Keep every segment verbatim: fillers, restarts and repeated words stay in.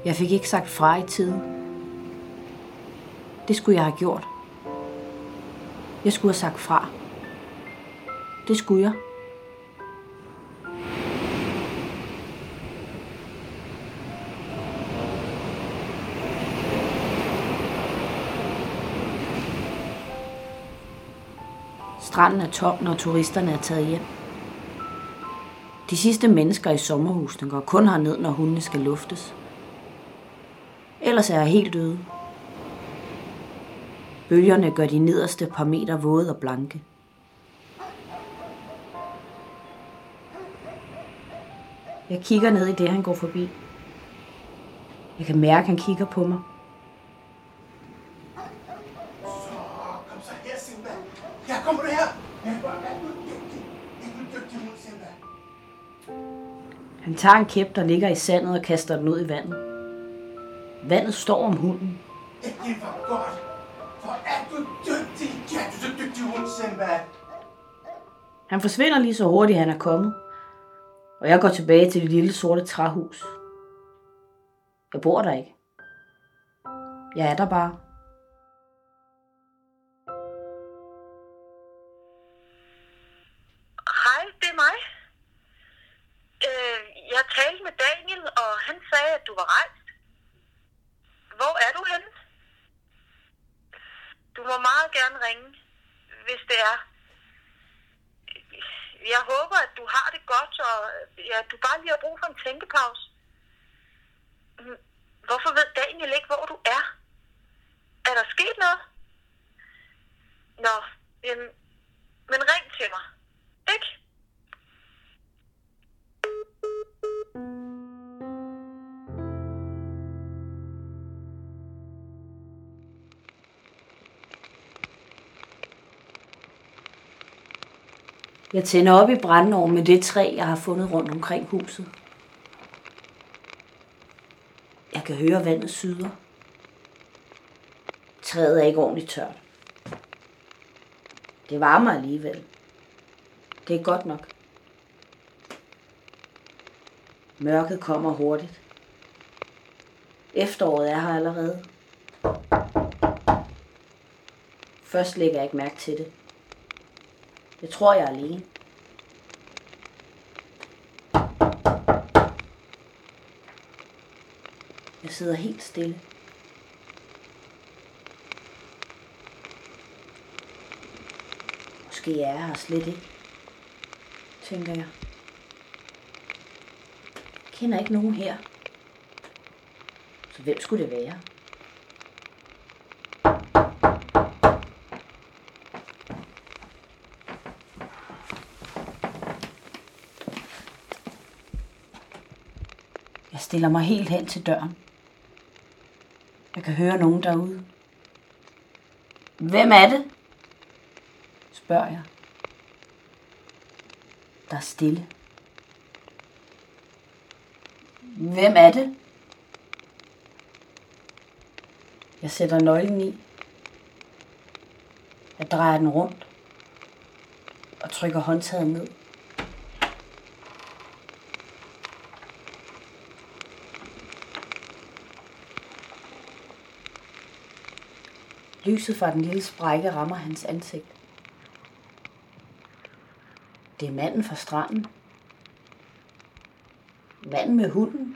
Jeg fik ikke sagt fra i tide. Det skulle jeg have gjort. Jeg skulle have sagt fra. Det skulle jeg. Stranden er tom, når turisterne er taget hjem. De sidste mennesker i sommerhusene går kun herned, når hundene skal luftes. Ellers er jeg helt øde. Bølgerne gør de nederste par meter våde og blanke. Jeg kigger ned i det, han går forbi. Jeg kan mærke, at han kigger på mig. Så, kom så her, Simba. Ja, kom du her. Ja, hvor er du dygtig. Er du dygtig hund, Simba? Han tager en kæp, der ligger i sandet, og kaster den ud i vandet. Vandet står om hunden. Ja, det var godt. Hvor er du dygtig. Ja, du er så dygtig hund, Simba. Han forsvinder lige så hurtigt, han er kommet. Og jeg går tilbage til det lille sorte træhus. Jeg bor der ikke. Jeg er der bare. Hej, det er mig. Øh, jeg talte med Daniel, og han sagde, at du var rejst. Hvor er du henne? Du må meget gerne ringe, hvis det er. Jeg håber, at du har det godt, og ja, du bare lige har brug for en tænkepause. Hvorfor ved Daniel ikke, hvor du er? Er der sket noget? Nå, jamen, men ring til mig, ikke? Jeg tænder op i brændeovnen med det træ, jeg har fundet rundt omkring huset. Jeg kan høre vandet syder. Træet er ikke ordentligt tørt. Det varmer alligevel. Det er godt nok. Mørket kommer hurtigt. Efteråret er her allerede. Først lægger jeg ikke mærke til det. Jeg tror, jeg er alene. Jeg sidder helt stille. Måske er jeg her slet ikke, tænker jeg. Jeg kender ikke nogen her. Så hvem skulle det være? Jeg stiller mig helt hen til døren. Jeg kan høre nogen derude. Hvem er det? Spørger jeg. Der er stille. Hvem er det? Jeg sætter nøglen i. Jeg drejer den rundt og trykker håndtaget ned. Lyset fra den lille sprække rammer hans ansigt. Det er manden fra stranden. Manden med hunden.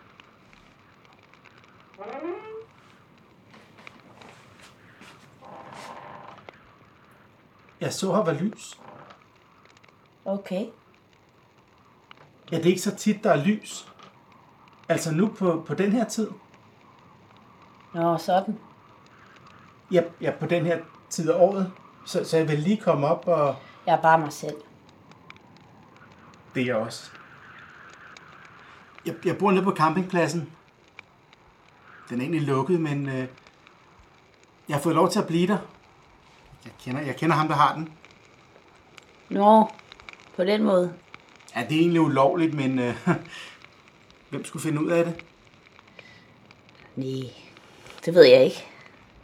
Jeg så her var lys. Okay. Ja, det er ikke så tit, der er lys. Altså nu på, på den her tid. Nå, sådan. Ja, ja, på den her tid af året. Så, så jeg vil lige komme op og... Jeg er bare mig selv. Det er jeg også. Jeg, jeg bor nede på campingpladsen. Den er egentlig lukket, men øh, jeg har fået lov til at blive der. Jeg kender, jeg kender ham, der har den. Nå, på den måde. Ja, det er egentlig ulovligt, men øh, hvem skulle finde ud af det? Nej, det ved jeg ikke.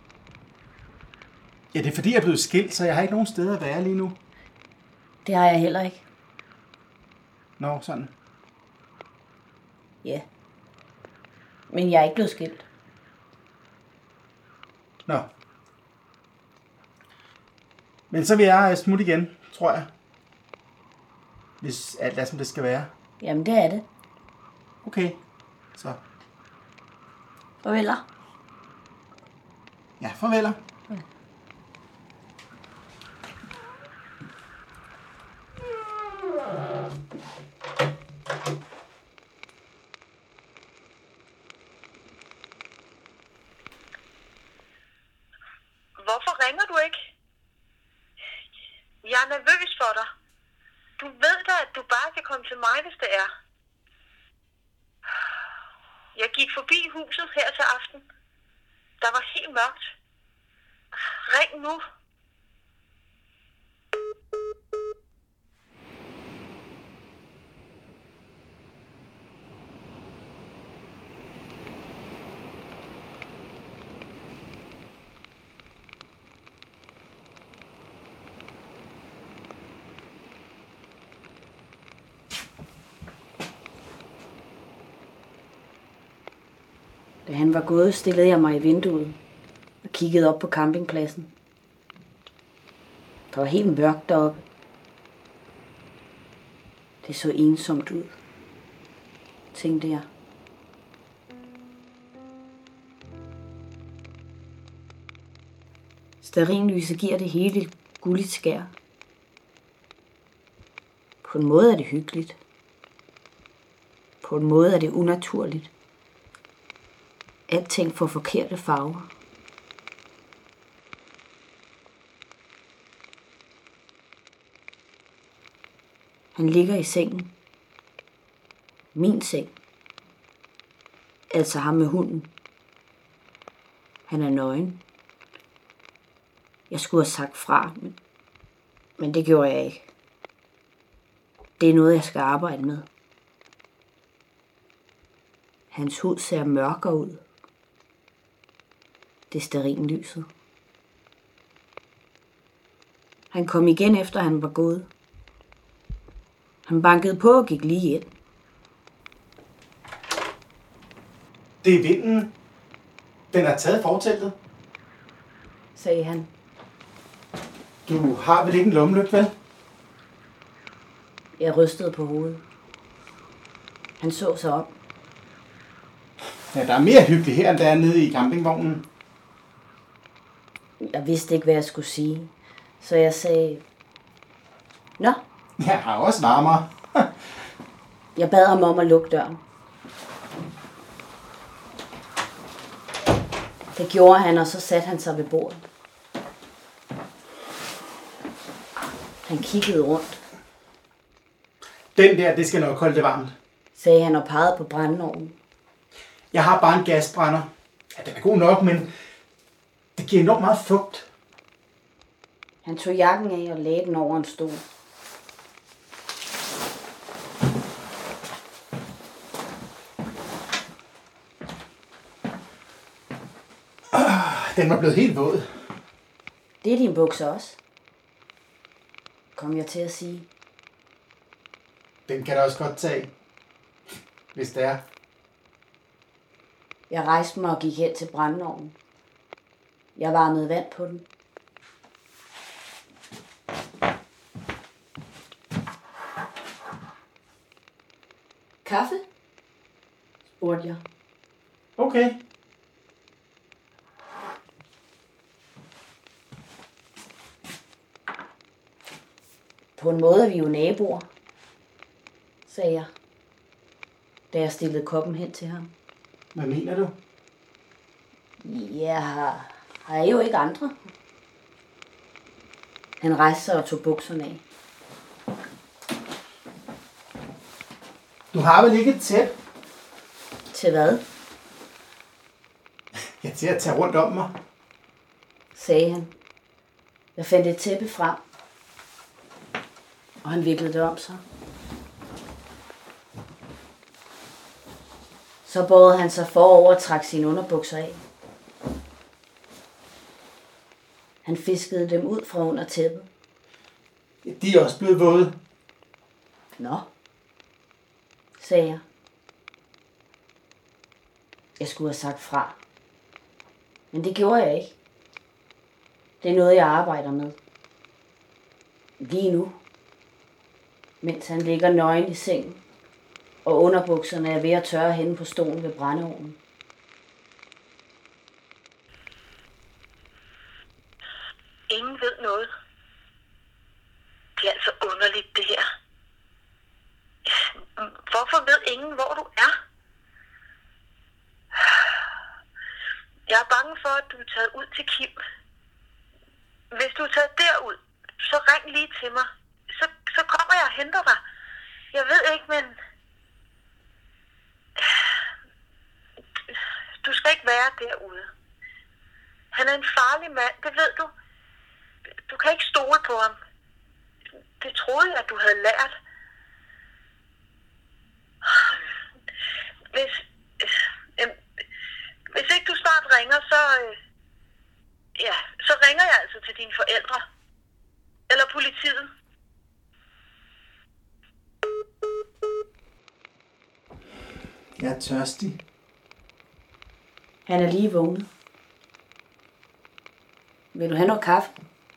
Ja, det er fordi, jeg er blevet skilt, så jeg har ikke nogen steder at være lige nu. Det har jeg heller ikke. Nå, sådan. Ja. Men jeg er ikke blevet skilt. Nå. Men så vil jeg smutte igen, tror jeg. Hvis alt er, som det skal være. Jamen, det er det. Okay. Så. Farveler. Ja, farveler. Okay. Hvorfor ringer du ikke? Jeg er nervøs for dig. Du ved da, at du bare kan komme til mig, hvis det er. Jeg gik forbi huset her til aften. Der var helt mørkt. Ring nu. Da han var gået, stillede jeg mig i vinduet og kiggede op på campingpladsen. Der var helt mørkt deroppe. Det så ensomt ud, tænkte jeg. Stearinlyset giver det hele et gulligt skær. På en måde er det hyggeligt. På en måde er det unaturligt. Alting får forkerte farver. Han ligger i sengen. Min seng. Altså ham med hunden. Han er nøgen. Jeg skulle have sagt fra, men, men det gjorde jeg ikke. Det er noget, jeg skal arbejde med. Hans hud ser mørkere ud. Det er stearinlyset. Han kom igen efter han var gået. Han bankede på og gik lige ind. Det er vinden. Den har taget forteltet, Sagde han. Du har vel ikke en lommelygte, vel? Jeg rystede på hovedet. Han så sig op. Ja, der er mere hyggeligt her, end der er nede i campingvognen. Jeg vidste ikke, hvad jeg skulle sige. Så jeg sagde, nå. Jeg har også varmere. Jeg bad ham om at lukke døren. Det gjorde han, og så satte han sig ved bordet. Han kiggede rundt, Den der, det skal nok holde det varmt. sagde han og pegede på brændeovnen. Jeg har bare en gasbrænder. Ja, den er god nok, men det giver enormt meget fugt. Han tog jakken af og lagde den over en stol. Den var blevet helt våd. Det er din bukser også, kom jeg til at sige. Den kan du også godt tage, hvis det er. Jeg rejste mig og gik hen til brændeovnen. Jeg varmede vand på den. Kaffe? Spurgte jeg. Okay. På en måde er vi jo naboer, sagde jeg, da jeg stillede koppen hen til ham. Hvad mener du? Jeg har, har jo ikke andre. Han rejste sig og tog bukserne af. Du har vel ikke et tæt? Til hvad? Ja, til at tage rundt om mig. Sagde han. Jeg fandt et tæppe frem, og han viklede det om sig. Så bøjede han sig forover og trak sine underbukser af. Han fiskede dem ud fra under tæppet. De er også blevet våde. Nå, sagde jeg. Jeg skulle have sagt fra. Men det gjorde jeg ikke. Det er noget, jeg arbejder med. Lige nu. Mens han ligger nøgen i sengen, og underbukserne er ved at tørre henne på stolen ved brændeovnen. Ingen ved noget. Det er altså underligt, det her. Hvorfor ved ingen, hvor du er? Jeg er bange for, at du er taget ud til Kim. Hvis du er taget derud, så ring lige til mig. Så, så kommer jeg og henter dig. Jeg ved ikke, men... Du skal ikke være derude. Han er en farlig mand, det ved du. Du kan ikke stole på ham. Det troede jeg, at du havde lært. Hvis, øh, hvis ikke du snart ringer, så, øh, ja, så ringer jeg altså til dine forældre. Eller politiet. Jeg er tørstig. Han er lige vågnet. Vil du have noget kaffe?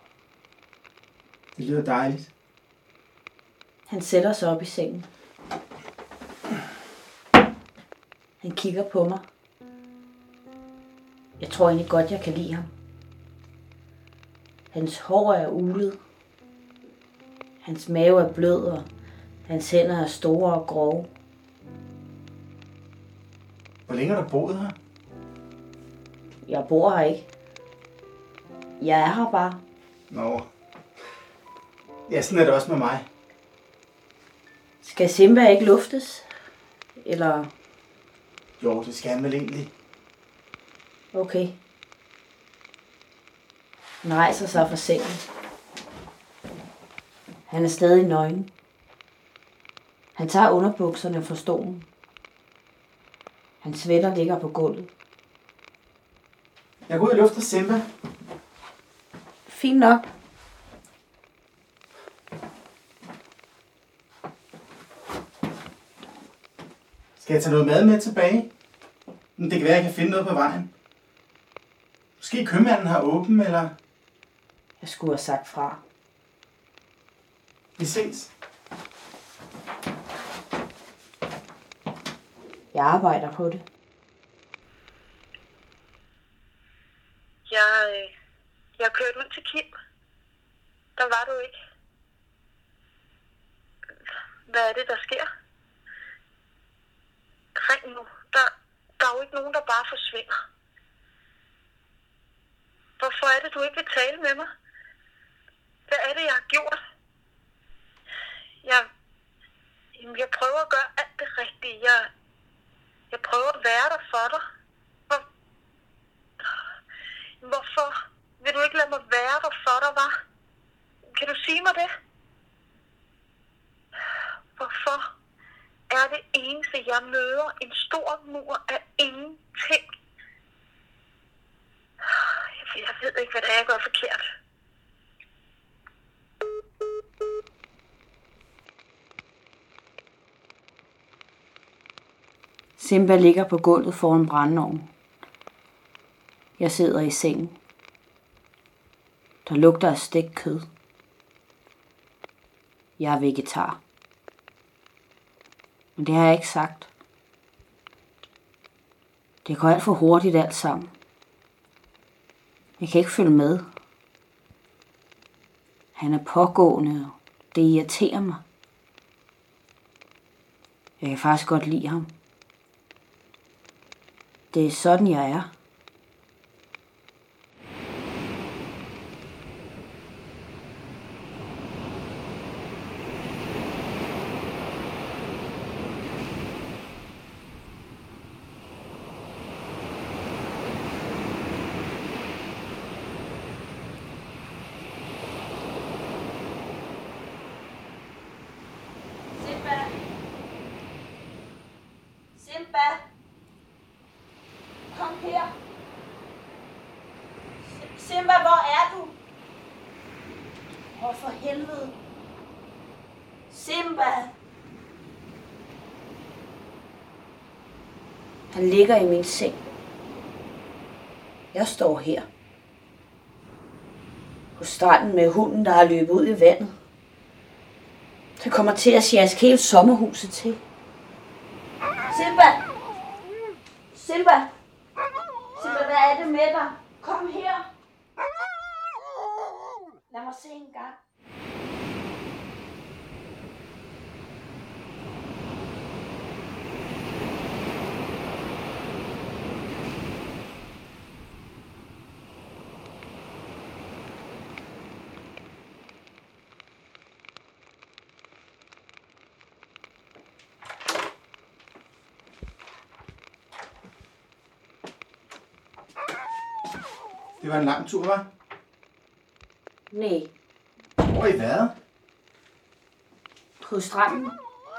Det lyder dejligt. Han sætter sig op i sengen. Han kigger på mig. Jeg tror egentlig godt, jeg kan lide ham. Hans hår er ulet. Hans mave er blød, og hans hænder er store og grove. Hvor længe har du boet her? Jeg bor her ikke. Jeg er her bare. Nå. Ja, sådan er det også med mig. Skal Simba ikke luftes? Eller... Jo, det skal han vel egentlig. Okay. Han rejser sig fra sengen. Han er stadig nøgen. Han tager underbukserne fra stolen. Hans sweater ligger på gulvet. Jeg går ud og lufter Simba. Fint nok. Skal jeg tage noget mad med tilbage? Men det kan være, at jeg kan finde noget på vejen. Måske købmanden har åben, eller... Jeg skulle have sagt fra. Vi ses. Jeg arbejder på det. Jeg, øh, jeg kørte ud til Kim. Der var du ikke. Hvad er det, der sker? Ring nu. Der, der er jo ikke nogen, der bare forsvinder. Hvorfor er det, du ikke vil tale med mig? Hvad er det, jeg har gjort? Jeg, jeg prøver at gøre alt det rigtige. Jeg, jeg prøver at være der for dig. Hvor, hvorfor vil du ikke lade mig være der for dig, hva'? Kan du sige mig det? Hvorfor er det eneste, jeg møder, en stor mur af ingenting? Jeg ved ikke, hvad det er, jeg gør forkert. Simba ligger på gulvet foran brændeovnen. Jeg sidder i sengen. Der lugter af stegt kød. Jeg er vegetar. Men det har jeg ikke sagt. Det går alt for hurtigt alt sammen. Jeg kan ikke følge med. Han er pågående, og det irriterer mig. Jeg kan faktisk godt lide ham. Det er sådan, jeg er. Simba! Simba! Kom her! Simba, hvor er du? Åh, for helvede! Simba! Han ligger i min seng. Jeg står her. På stranden med hunden, der har løbet ud i vandet. Det kommer til at sjaske hele sommerhuset til. Simba! Simba! Simba, hvad er det med dig? Kom her! Lad mig se en gang. Det var en lang tur, hva'? Nej, Hvor I været? på stranden.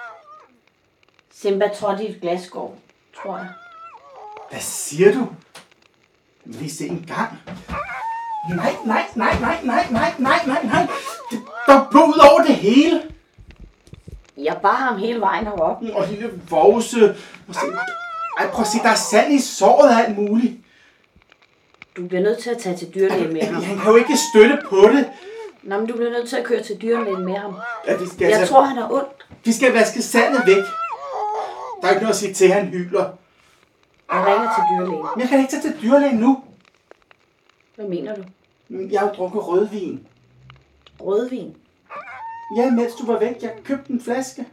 Simba trådte i et glasskår, tror jeg. Hvad siger du? Jeg må lige se en gang. Nej, nej, nej, nej, nej, nej, nej, nej, nej. Det- Der er blod ud over det hele. Jeg bar ham hele vejen herop. Og lille vovse. Og se. Ej, prøv at se, der er sand i såret og alt muligt. Du bliver nødt til at tage til dyrlægen med ham. Han kan jo ikke støtte på det. Nå, men du bliver nødt til at køre til dyrlægen med ham. Ja, det skal Jeg altså, tror, han har ondt. Vi skal vaske sandet væk. Der er ikke noget at sige til, at han hylder. Jeg ringer til dyrlægen. Men jeg kan ikke tage til dyrlægen nu. Hvad mener du? Jeg har jo drukket rødvin. Rødvin? Ja, mens du var væk. Jeg købte en flaske.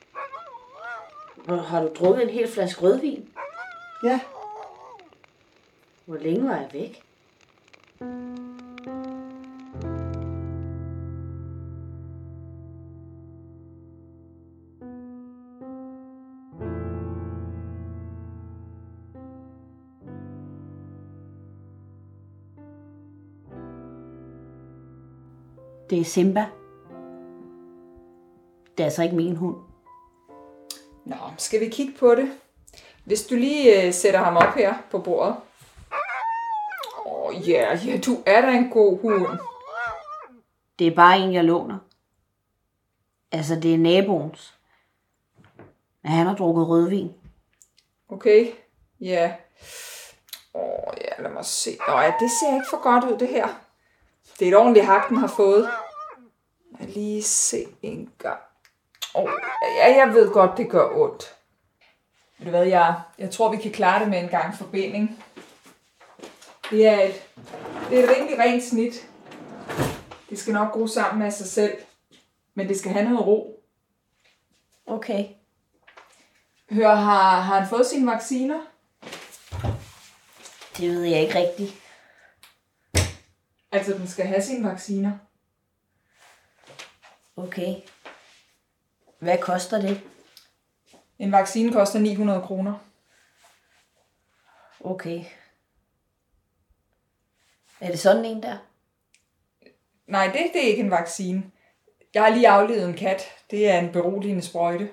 Hvor har du drukket en hel flaske rødvin? Ja. Hvor længe var jeg væk? Det er Simba. Det er altså ikke min hund. Nå, skal vi kigge på det? Hvis du lige øh, sætter ham op her på bordet. Åh, oh, ja, yeah, ja, du er da en god hund. Det er bare en, jeg låner. Altså, det er naboens. Men han har drukket rødvin. Okay, ja. Åh, oh, ja, lad mig se. Nå ja, det ser ikke for godt ud, det her. Det er et ordentligt hak, den har fået. Jeg lige se en gang. Åh, oh, ja, jeg ved godt, det gør ondt. Ved du hvad, jeg, jeg tror, vi kan klare det med en gang forbinding. Det er et, det er et rimelig rent snit. Det skal nok gro sammen med sig selv. Men det skal have noget ro. Okay. Hør, har, har han fået sine vacciner? Det ved jeg ikke rigtigt. Altså, den skal have sine vacciner. Okay. Hvad koster det? En vaccine koster ni hundrede kroner. Okay. Er det sådan en der? Nej, det, det er ikke en vaccine. Jeg har lige aflevet en kat. Det er en beroligende sprøjte.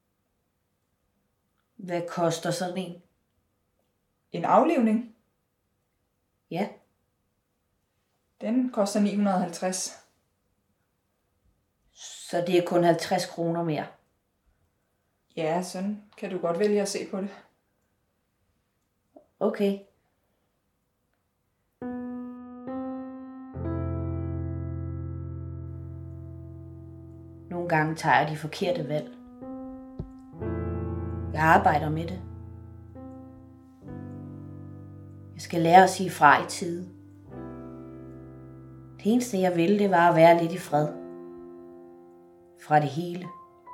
Hvad koster sådan en? En aflivning, Ja. den koster ni hundrede og halvtreds. Så det er kun halvtreds kroner mere. Ja, sådan kan du godt vælge at se på det. Okay. Nogle gange tager jeg de forkerte valg. Jeg arbejder med det. Jeg skal lære at sige fra i tide. Det eneste jeg ville, det var at være lidt i fred. Fra det hele.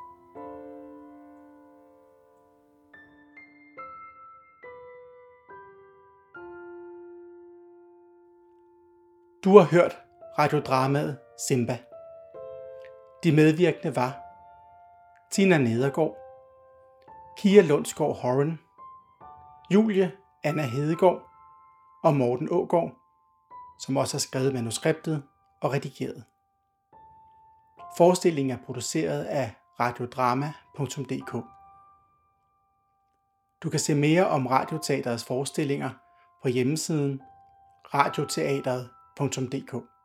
Du har hørt radiodramaet Simba. De medvirkende var Tina Nedergaard, Kia Lundsgaard Horren, Julie Anna Hedegaard og Morten Aagaard, som også har skrevet manuskriptet og redigeret. Forestillingen er produceret af radiodrama punktum d k. Du kan se mere om Radioteatrets forestillinger på hjemmesiden radioteatret punktum d k.